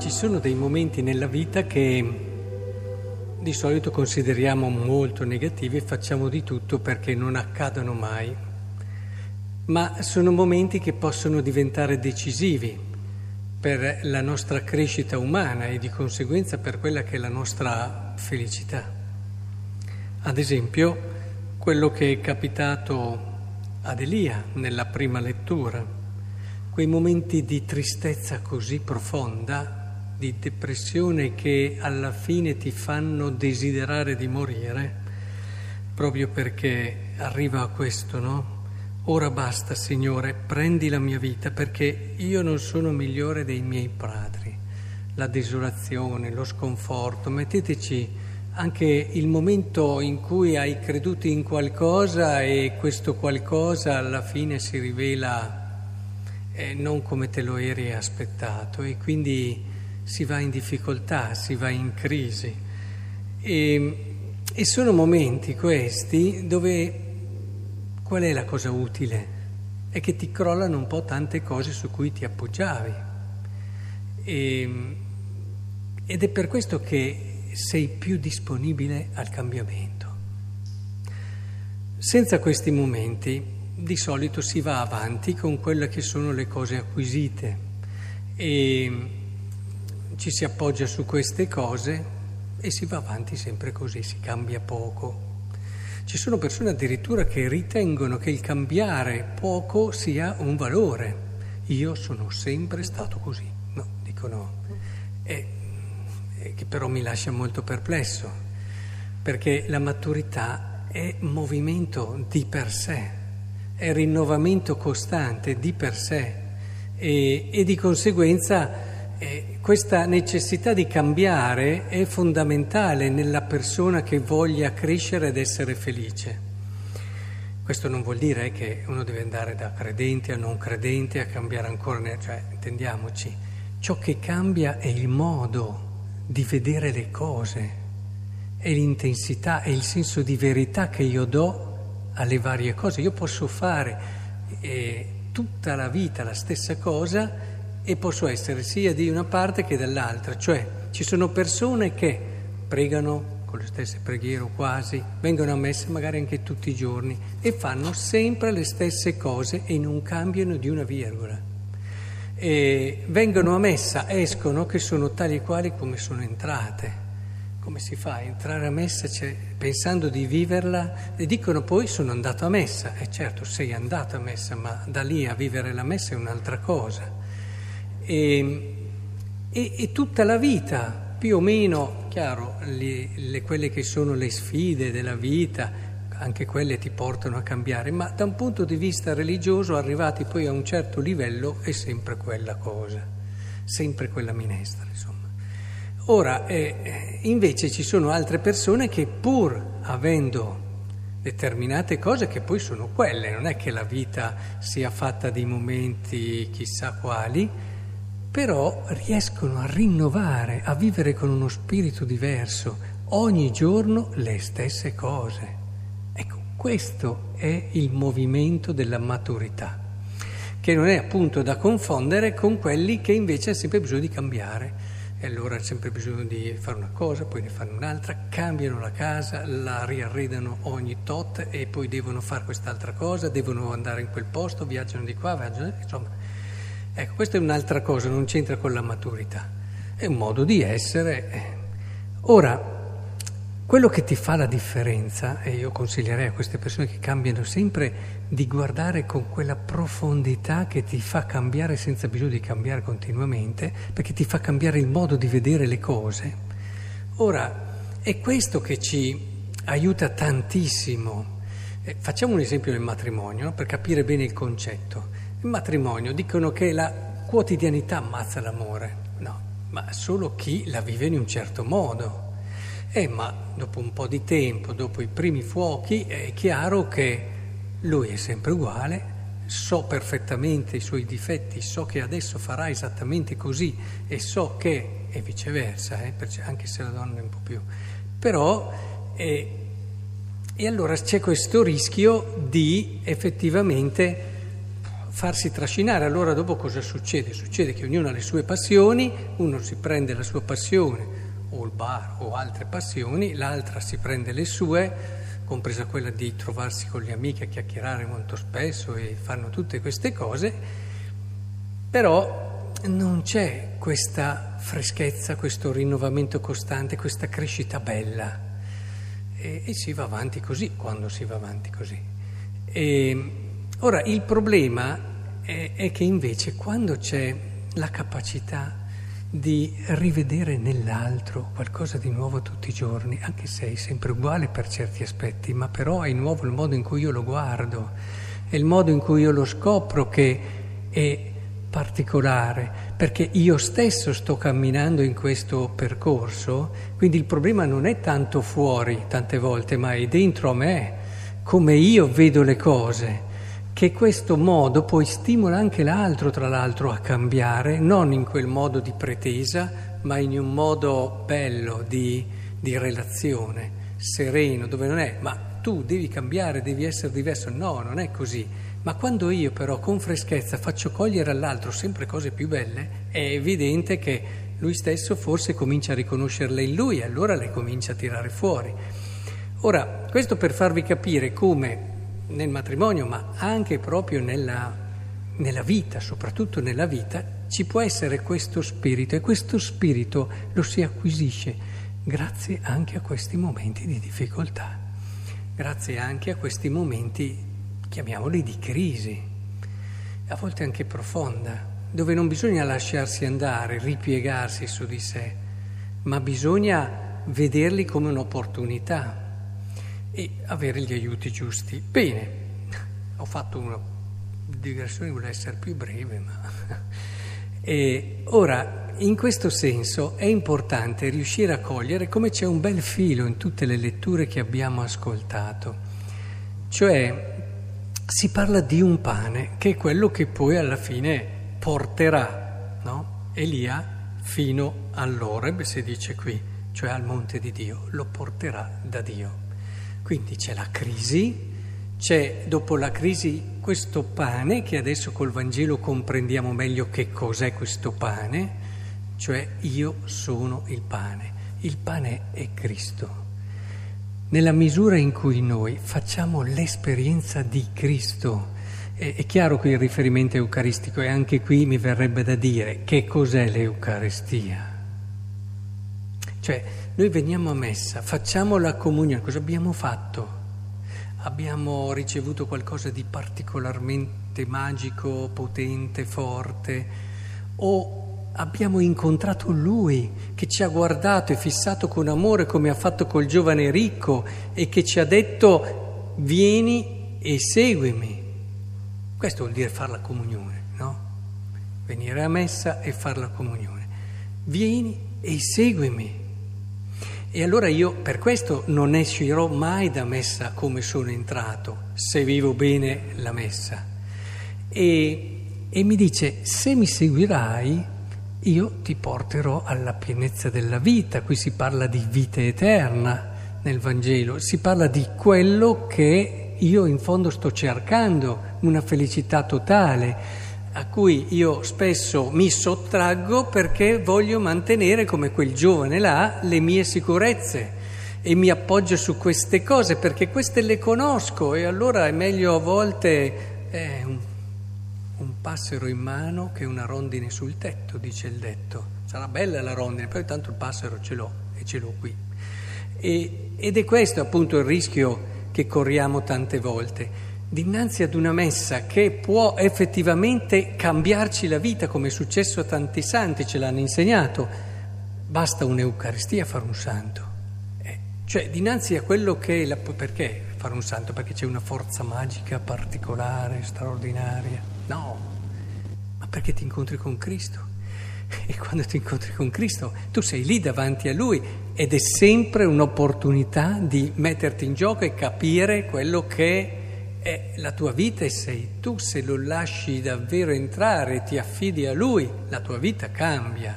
Ci sono dei momenti nella vita che di solito consideriamo molto negativi e facciamo di tutto perché non accadano mai, ma sono momenti che possono diventare decisivi per la nostra crescita umana e di conseguenza per quella che è la nostra felicità. Ad esempio, quello che è capitato ad Elia nella prima lettura, quei momenti di tristezza così profonda, di depressione che alla fine ti fanno desiderare di morire, proprio perché arriva a questo, no? Ora basta, Signore, prendi la mia vita perché io non sono migliore dei miei padri. La desolazione, lo sconforto, metteteci anche il momento in cui hai creduto in qualcosa e questo qualcosa alla fine si rivela non come te lo eri aspettato e quindi si va in difficoltà, si va in crisi. E sono momenti questi dove qual è la cosa utile? È che ti crollano un po' tante cose su cui ti appoggiavi. Ed è per questo che sei più disponibile al cambiamento. Senza questi momenti di solito si va avanti con quelle che sono le cose acquisite e ci si appoggia su queste cose e si va avanti sempre così, si cambia poco. Ci sono persone addirittura che ritengono che il cambiare poco sia un valore. Io sono sempre stato così. No, dicono, che però mi lascia molto perplesso, perché la maturità è movimento di per sé, è rinnovamento costante di per sé e di conseguenza questa necessità di cambiare è fondamentale nella persona che voglia crescere ed essere felice. Questo non vuol dire che uno deve andare da credente a non credente a cambiare ancora, cioè intendiamoci, ciò che cambia è il modo di vedere le cose, è l'intensità, è il senso di verità che io do alle varie cose. Io posso fare tutta la vita la stessa cosa e posso essere sia di una parte che dall'altra, cioè ci sono persone che pregano con le stesse preghiere o quasi, vengono a messa magari anche tutti i giorni e fanno sempre le stesse cose e non cambiano di una virgola. E vengono a messa, escono che sono tali e quali come sono entrate. Come si fa a entrare a messa pensando di viverla? E dicono poi sono andato a messa. E certo sei andato a messa, ma da lì a vivere la messa è un'altra cosa. E tutta la vita, più o meno, chiaro, quelle che sono le sfide della vita, anche quelle ti portano a cambiare, ma da un punto di vista religioso, arrivati poi a un certo livello, è sempre quella cosa, sempre quella minestra, insomma. Ora, invece ci sono altre persone che pur avendo determinate cose che poi sono quelle, non è che la vita sia fatta di momenti chissà quali, però riescono a rinnovare, a vivere con uno spirito diverso, ogni giorno le stesse cose. Ecco, questo è il movimento della maturità, che non è appunto da confondere con quelli che invece ha sempre bisogno di cambiare. E allora ha sempre bisogno di fare una cosa, poi ne fanno un'altra, cambiano la casa, la riarredano ogni tot e poi devono fare quest'altra cosa, devono andare in quel posto, viaggiano di qua, viaggiano di là, insomma. Ecco, questa è un'altra cosa, non c'entra con la maturità, è un modo di essere. Ora, quello che ti fa la differenza, e io consiglierei a queste persone che cambiano sempre di guardare con quella profondità che ti fa cambiare senza bisogno di cambiare continuamente, perché ti fa cambiare il modo di vedere le cose. Ora, è questo che ci aiuta tantissimo. Facciamo un esempio del matrimonio, no? Per capire bene il concetto. Il matrimonio dicono che la quotidianità ammazza l'amore, no, ma solo chi la vive in un certo modo. Ma dopo un po' di tempo, dopo i primi fuochi, è chiaro che lui è sempre uguale, so perfettamente i suoi difetti, so che adesso farà esattamente così e so che, e viceversa, anche se la donna è un po' più, però, e allora c'è questo rischio di effettivamente farsi trascinare. Allora dopo cosa succede? Succede che ognuno ha le sue passioni, uno si prende la sua passione o il bar o altre passioni, l'altra si prende le sue, compresa quella di trovarsi con gli amici a chiacchierare molto spesso e fanno tutte queste cose, però non c'è questa freschezza, questo rinnovamento costante, questa crescita bella e si va avanti così quando si va avanti così. Ora il problema è che invece quando c'è la capacità di rivedere nell'altro qualcosa di nuovo tutti i giorni, anche se è sempre uguale per certi aspetti, ma però è nuovo il modo in cui io lo guardo, è il modo in cui io lo scopro che è particolare, perché io stesso sto camminando in questo percorso, quindi il problema non è tanto fuori tante volte, ma è dentro a me, come io vedo le cose, che questo modo poi stimola anche l'altro, tra l'altro, a cambiare, non in quel modo di pretesa, ma in un modo bello di relazione, sereno, dove non è, ma tu devi cambiare, devi essere diverso. No, non è così. Ma quando io però con freschezza faccio cogliere all'altro sempre cose più belle, è evidente che lui stesso forse comincia a riconoscerle in lui e allora le comincia a tirare fuori. Ora, questo per farvi capire come nel matrimonio, ma anche proprio nella vita, soprattutto nella vita, ci può essere questo spirito e questo spirito lo si acquisisce grazie anche a questi momenti di difficoltà, grazie anche a questi momenti, chiamiamoli di crisi, a volte anche profonda, dove non bisogna lasciarsi andare, ripiegarsi su di sé, ma bisogna vederli come un'opportunità e avere gli aiuti giusti. Bene, ho fatto una digressione, volevo essere più breve, ma e ora in questo senso è importante riuscire a cogliere come c'è un bel filo in tutte le letture che abbiamo ascoltato, cioè si parla di un pane che è quello che poi alla fine porterà, no? Elia fino all'Oreb, si dice qui, cioè al monte di Dio, lo porterà da Dio. Quindi c'è la crisi, c'è dopo la crisi questo pane che adesso col Vangelo comprendiamo meglio che cos'è questo pane, cioè io sono il pane è Cristo. Nella misura in cui noi facciamo l'esperienza di Cristo, è chiaro che il riferimento eucaristico e anche qui mi verrebbe da dire che cos'è l'Eucaristia? Cioè noi veniamo a messa, facciamo la comunione, cosa abbiamo fatto? Abbiamo ricevuto qualcosa di particolarmente magico, potente, forte, o abbiamo incontrato Lui che ci ha guardato e fissato con amore come ha fatto col giovane ricco e che ci ha detto vieni e seguimi. Questo vuol dire fare la comunione, no? Venire a messa e fare la comunione. Vieni e seguimi. E allora io per questo non uscirò mai da messa come sono entrato, se vivo bene la messa. E mi dice, se mi seguirai, io ti porterò alla pienezza della vita. Qui si parla di vita eterna nel Vangelo, si parla di quello che io in fondo sto cercando, una felicità totale, a cui io spesso mi sottraggo perché voglio mantenere, come quel giovane là, le mie sicurezze e mi appoggio su queste cose perché queste le conosco e allora è meglio a volte un passero in mano che una rondine sul tetto, dice il detto. Sarà bella la rondine, poi tanto il passero ce l'ho e ce l'ho qui. Ed è questo appunto il rischio che corriamo tante volte. Dinanzi ad una messa che può effettivamente cambiarci la vita, come è successo a tanti santi, ce l'hanno insegnato, basta un'Eucaristia a fare un santo. Cioè, dinanzi a quello che è perché fare un santo? Perché c'è una forza magica particolare, straordinaria? No, ma perché ti incontri con Cristo. E quando ti incontri con Cristo, tu sei lì davanti a Lui ed è sempre un'opportunità di metterti in gioco e capire quello che è la tua vita e sei tu. Se lo lasci davvero entrare e ti affidi a Lui, la tua vita cambia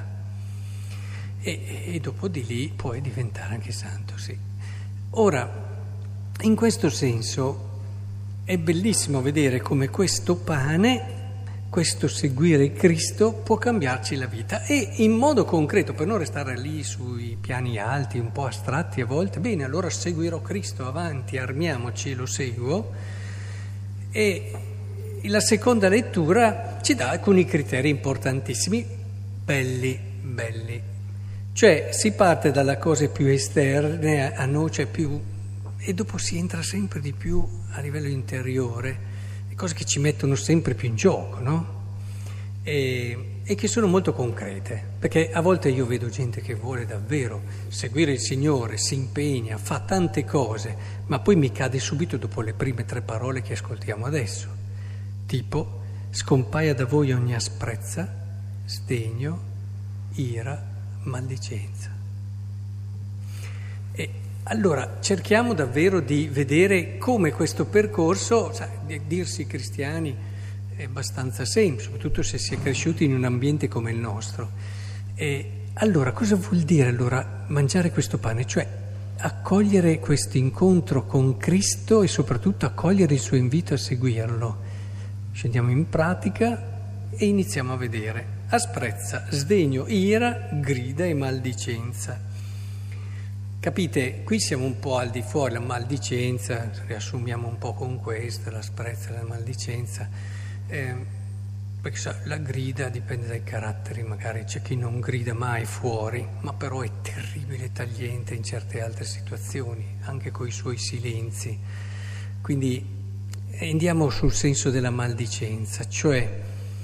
e dopo di lì puoi diventare anche santo, sì. Ora, in questo senso è bellissimo vedere come questo pane questo seguire Cristo può cambiarci la vita e in modo concreto, per non restare lì sui piani alti, un po' astratti a volte, bene, allora seguirò Cristo avanti, armiamoci, lo seguo. E la seconda lettura ci dà alcuni criteri importantissimi, belli. Cioè si parte dalle cose più esterne a noi, cioè più, e dopo si entra sempre di più a livello interiore, cose che ci mettono sempre più in gioco, no? E che sono molto concrete, perché a volte io vedo gente che vuole davvero seguire il Signore, si impegna, fa tante cose, ma poi mi cade subito dopo le prime 3 parole che ascoltiamo adesso, tipo scompaia da voi ogni asprezza, sdegno, ira, maldicenza. E allora cerchiamo davvero di vedere come questo percorso, sai, dirsi cristiani è abbastanza semplice, soprattutto se si è cresciuti in un ambiente come il nostro. E allora cosa vuol dire allora mangiare questo pane? Cioè accogliere questo incontro con Cristo e soprattutto accogliere il suo invito a seguirlo. Scendiamo in pratica e iniziamo a vedere. Asprezza, sdegno, ira, grida e maldicenza. Capite, qui siamo un po' al di fuori, la maldicenza, riassumiamo un po' con questa, l'asprezza e la maldicenza, perché la grida dipende dai caratteri, magari c'è chi non grida mai fuori, ma però è terribile, tagliente in certe altre situazioni, anche coi suoi silenzi. Quindi andiamo sul senso della maldicenza, cioè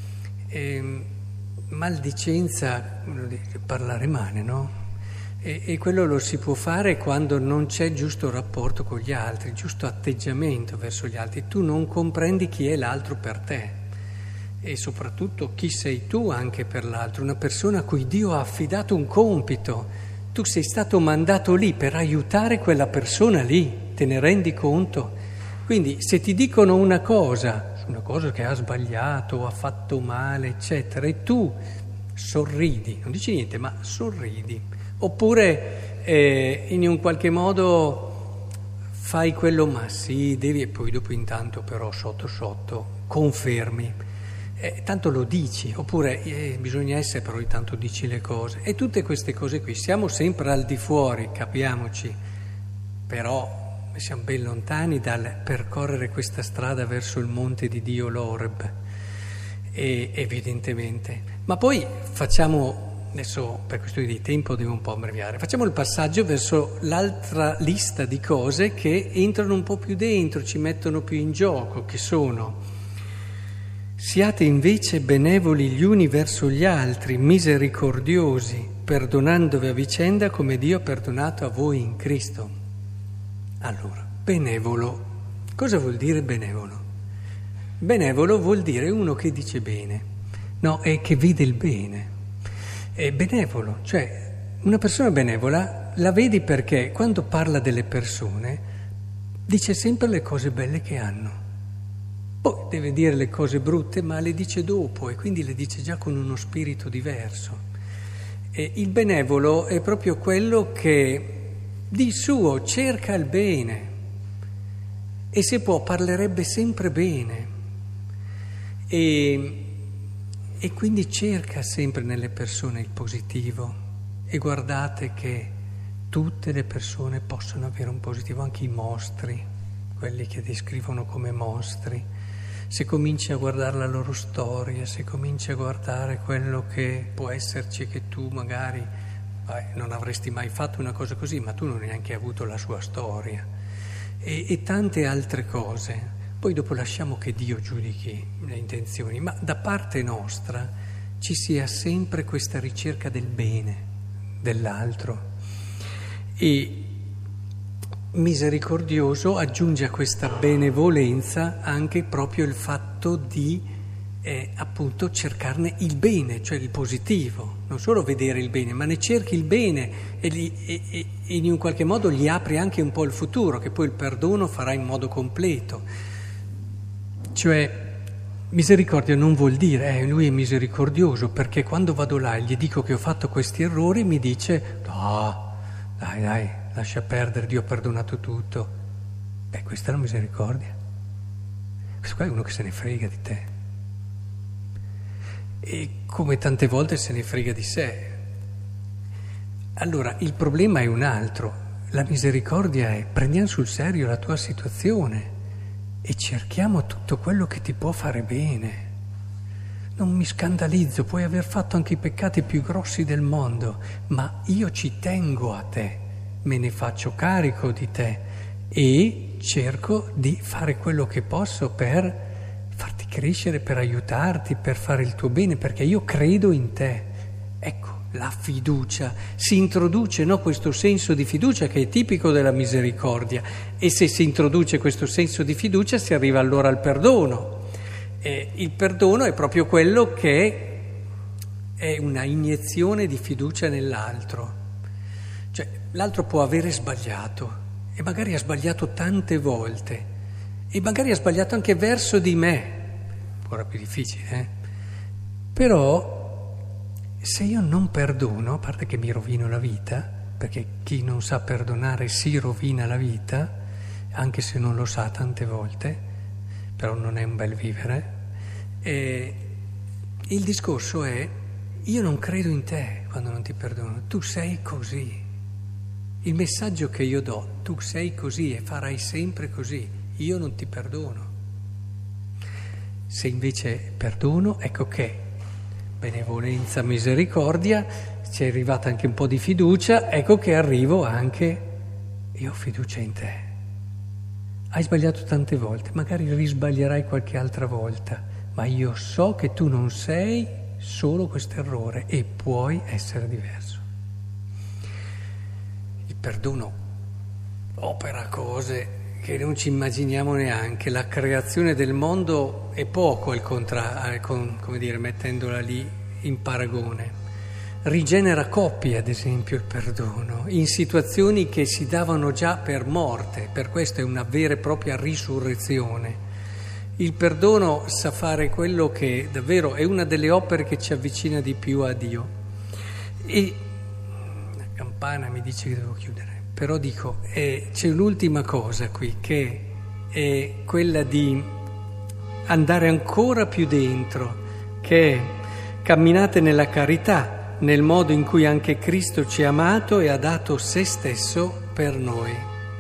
maldicenza vuol dire parlare male, no? E quello lo si può fare quando non c'è giusto rapporto con gli altri, giusto atteggiamento verso gli altri. Tu non comprendi chi è l'altro per te e soprattutto chi sei tu anche per l'altro, una persona a cui Dio ha affidato un compito. Tu sei stato mandato lì per aiutare quella persona lì, te ne rendi conto? Quindi se ti dicono una cosa che ha sbagliato o ha fatto male, eccetera, e tu sorridi, non dici niente, ma sorridi. Oppure in un qualche modo fai quello, ma sì, devi, e poi dopo intanto però sotto confermi, tanto lo dici, oppure bisogna essere, però intanto dici le cose. E tutte queste cose qui, siamo sempre al di fuori, capiamoci, però siamo ben lontani dal percorrere questa strada verso il monte di Dio, l'Oreb, evidentemente. Ma poi facciamo... Adesso per questione di tempo devo un po' abbreviare. Facciamo il passaggio verso l'altra lista di cose che entrano un po' più dentro, ci mettono più in gioco, che sono: siate invece benevoli gli uni verso gli altri, misericordiosi, perdonandovi a vicenda come Dio ha perdonato a voi in Cristo. Allora, benevolo. Cosa vuol dire benevolo? Benevolo vuol dire uno che dice bene, no, è che vede il bene. È benevolo, cioè una persona benevola la vedi perché quando parla delle persone dice sempre le cose belle che hanno. Poi deve dire le cose brutte, ma le dice dopo e quindi le dice già con uno spirito diverso. E il benevolo è proprio quello che di suo cerca il bene e se può parlerebbe sempre bene. E quindi cerca sempre nelle persone il positivo e guardate che tutte le persone possono avere un positivo, anche i mostri, quelli che descrivono come mostri. Se cominci a guardare la loro storia, se cominci a guardare quello che può esserci, che tu magari non avresti mai fatto una cosa così, ma tu non hai neanche avuto la sua storia e tante altre cose. Poi dopo lasciamo che Dio giudichi le intenzioni, ma da parte nostra ci sia sempre questa ricerca del bene dell'altro. E misericordioso aggiunge a questa benevolenza anche proprio il fatto di appunto cercarne il bene, cioè il positivo, non solo vedere il bene, ma ne cerchi il bene e in un qualche modo gli apri anche un po' il futuro, che poi il perdono farà in modo completo. Cioè, misericordia non vuol dire lui è misericordioso, perché quando vado là e gli dico che ho fatto questi errori mi dice no, dai, lascia perdere, Dio ha perdonato tutto. Questa è la misericordia. Questo qua è uno che se ne frega di te. e come tante volte se ne frega di sé. Allora, il problema è un altro. La misericordia è: prendiamo sul serio la tua situazione e cerchiamo tutto quello che ti può fare bene. Non mi scandalizzo, puoi aver fatto anche i peccati più grossi del mondo, ma io ci tengo a te, me ne faccio carico di te e cerco di fare quello che posso per farti crescere, per aiutarti, per fare il tuo bene, perché io credo in te. Ecco, la fiducia, si introduce, no, questo senso di fiducia che è tipico della misericordia, e se si introduce questo senso di fiducia si arriva allora al perdono. Il perdono è proprio quello che è una iniezione di fiducia nell'altro. Cioè, l'altro può avere sbagliato e magari ha sbagliato tante volte e magari ha sbagliato anche verso di me, ancora più difficile, Però se io non perdono, a parte che mi rovino la vita, perché chi non sa perdonare si rovina la vita, anche se non lo sa tante volte, però non è un bel vivere. Il discorso è: io non credo in te quando non ti perdono, tu sei così. Il messaggio che io do: tu sei così e farai sempre così, io non ti perdono. Se invece perdono, ecco che benevolenza, misericordia, ci è arrivata anche un po' di fiducia, ecco che arrivo anche: io ho fiducia in te. Hai sbagliato tante volte, magari risbaglierai qualche altra volta, ma io so che tu non sei solo questo errore e puoi essere diverso. Il perdono opera cose che non ci immaginiamo neanche. La creazione del mondo è poco come dire, mettendola lì in paragone. Rigenera coppie, ad esempio, il perdono, in situazioni che si davano già per morte, per questo è una vera e propria risurrezione. Il perdono sa fare quello che davvero è una delle opere che ci avvicina di più a Dio. E la campana mi dice che devo chiudere, però dico, c'è l'ultima cosa qui, che è quella di andare ancora più dentro, che è: camminate nella carità, nel modo in cui anche Cristo ci ha amato e ha dato se stesso per noi.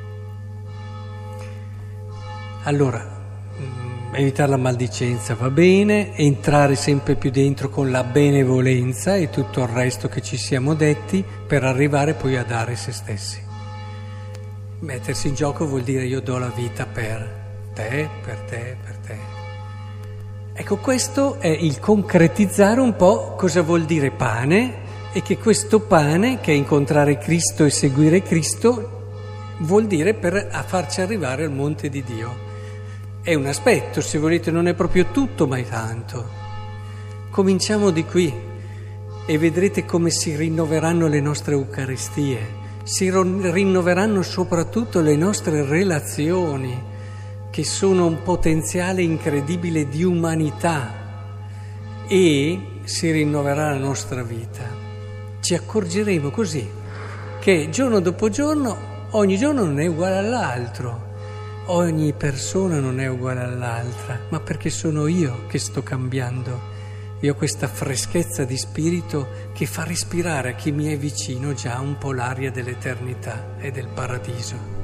Allora, evitare la maldicenza va bene, entrare sempre più dentro con la benevolenza e tutto il resto che ci siamo detti, per arrivare poi a dare se stessi. Mettersi in gioco vuol dire: io do la vita per te, per te, per te. Ecco, questo è il concretizzare un po' cosa vuol dire pane, e che questo pane, che è incontrare Cristo e seguire Cristo, vuol dire per farci arrivare al monte di Dio. È un aspetto, se volete, non è proprio tutto, ma è tanto. Cominciamo di qui e vedrete come si rinnoveranno le nostre Eucaristie, si rinnoveranno soprattutto le nostre relazioni, che sono un potenziale incredibile di umanità, e si rinnoverà la nostra vita. Ci accorgeremo così che giorno dopo giorno, ogni giorno non è uguale all'altro, ogni persona non è uguale all'altra, ma perché sono io che sto cambiando. Io ho questa freschezza di spirito che fa respirare a chi mi è vicino già un po' l'aria dell'eternità e del paradiso.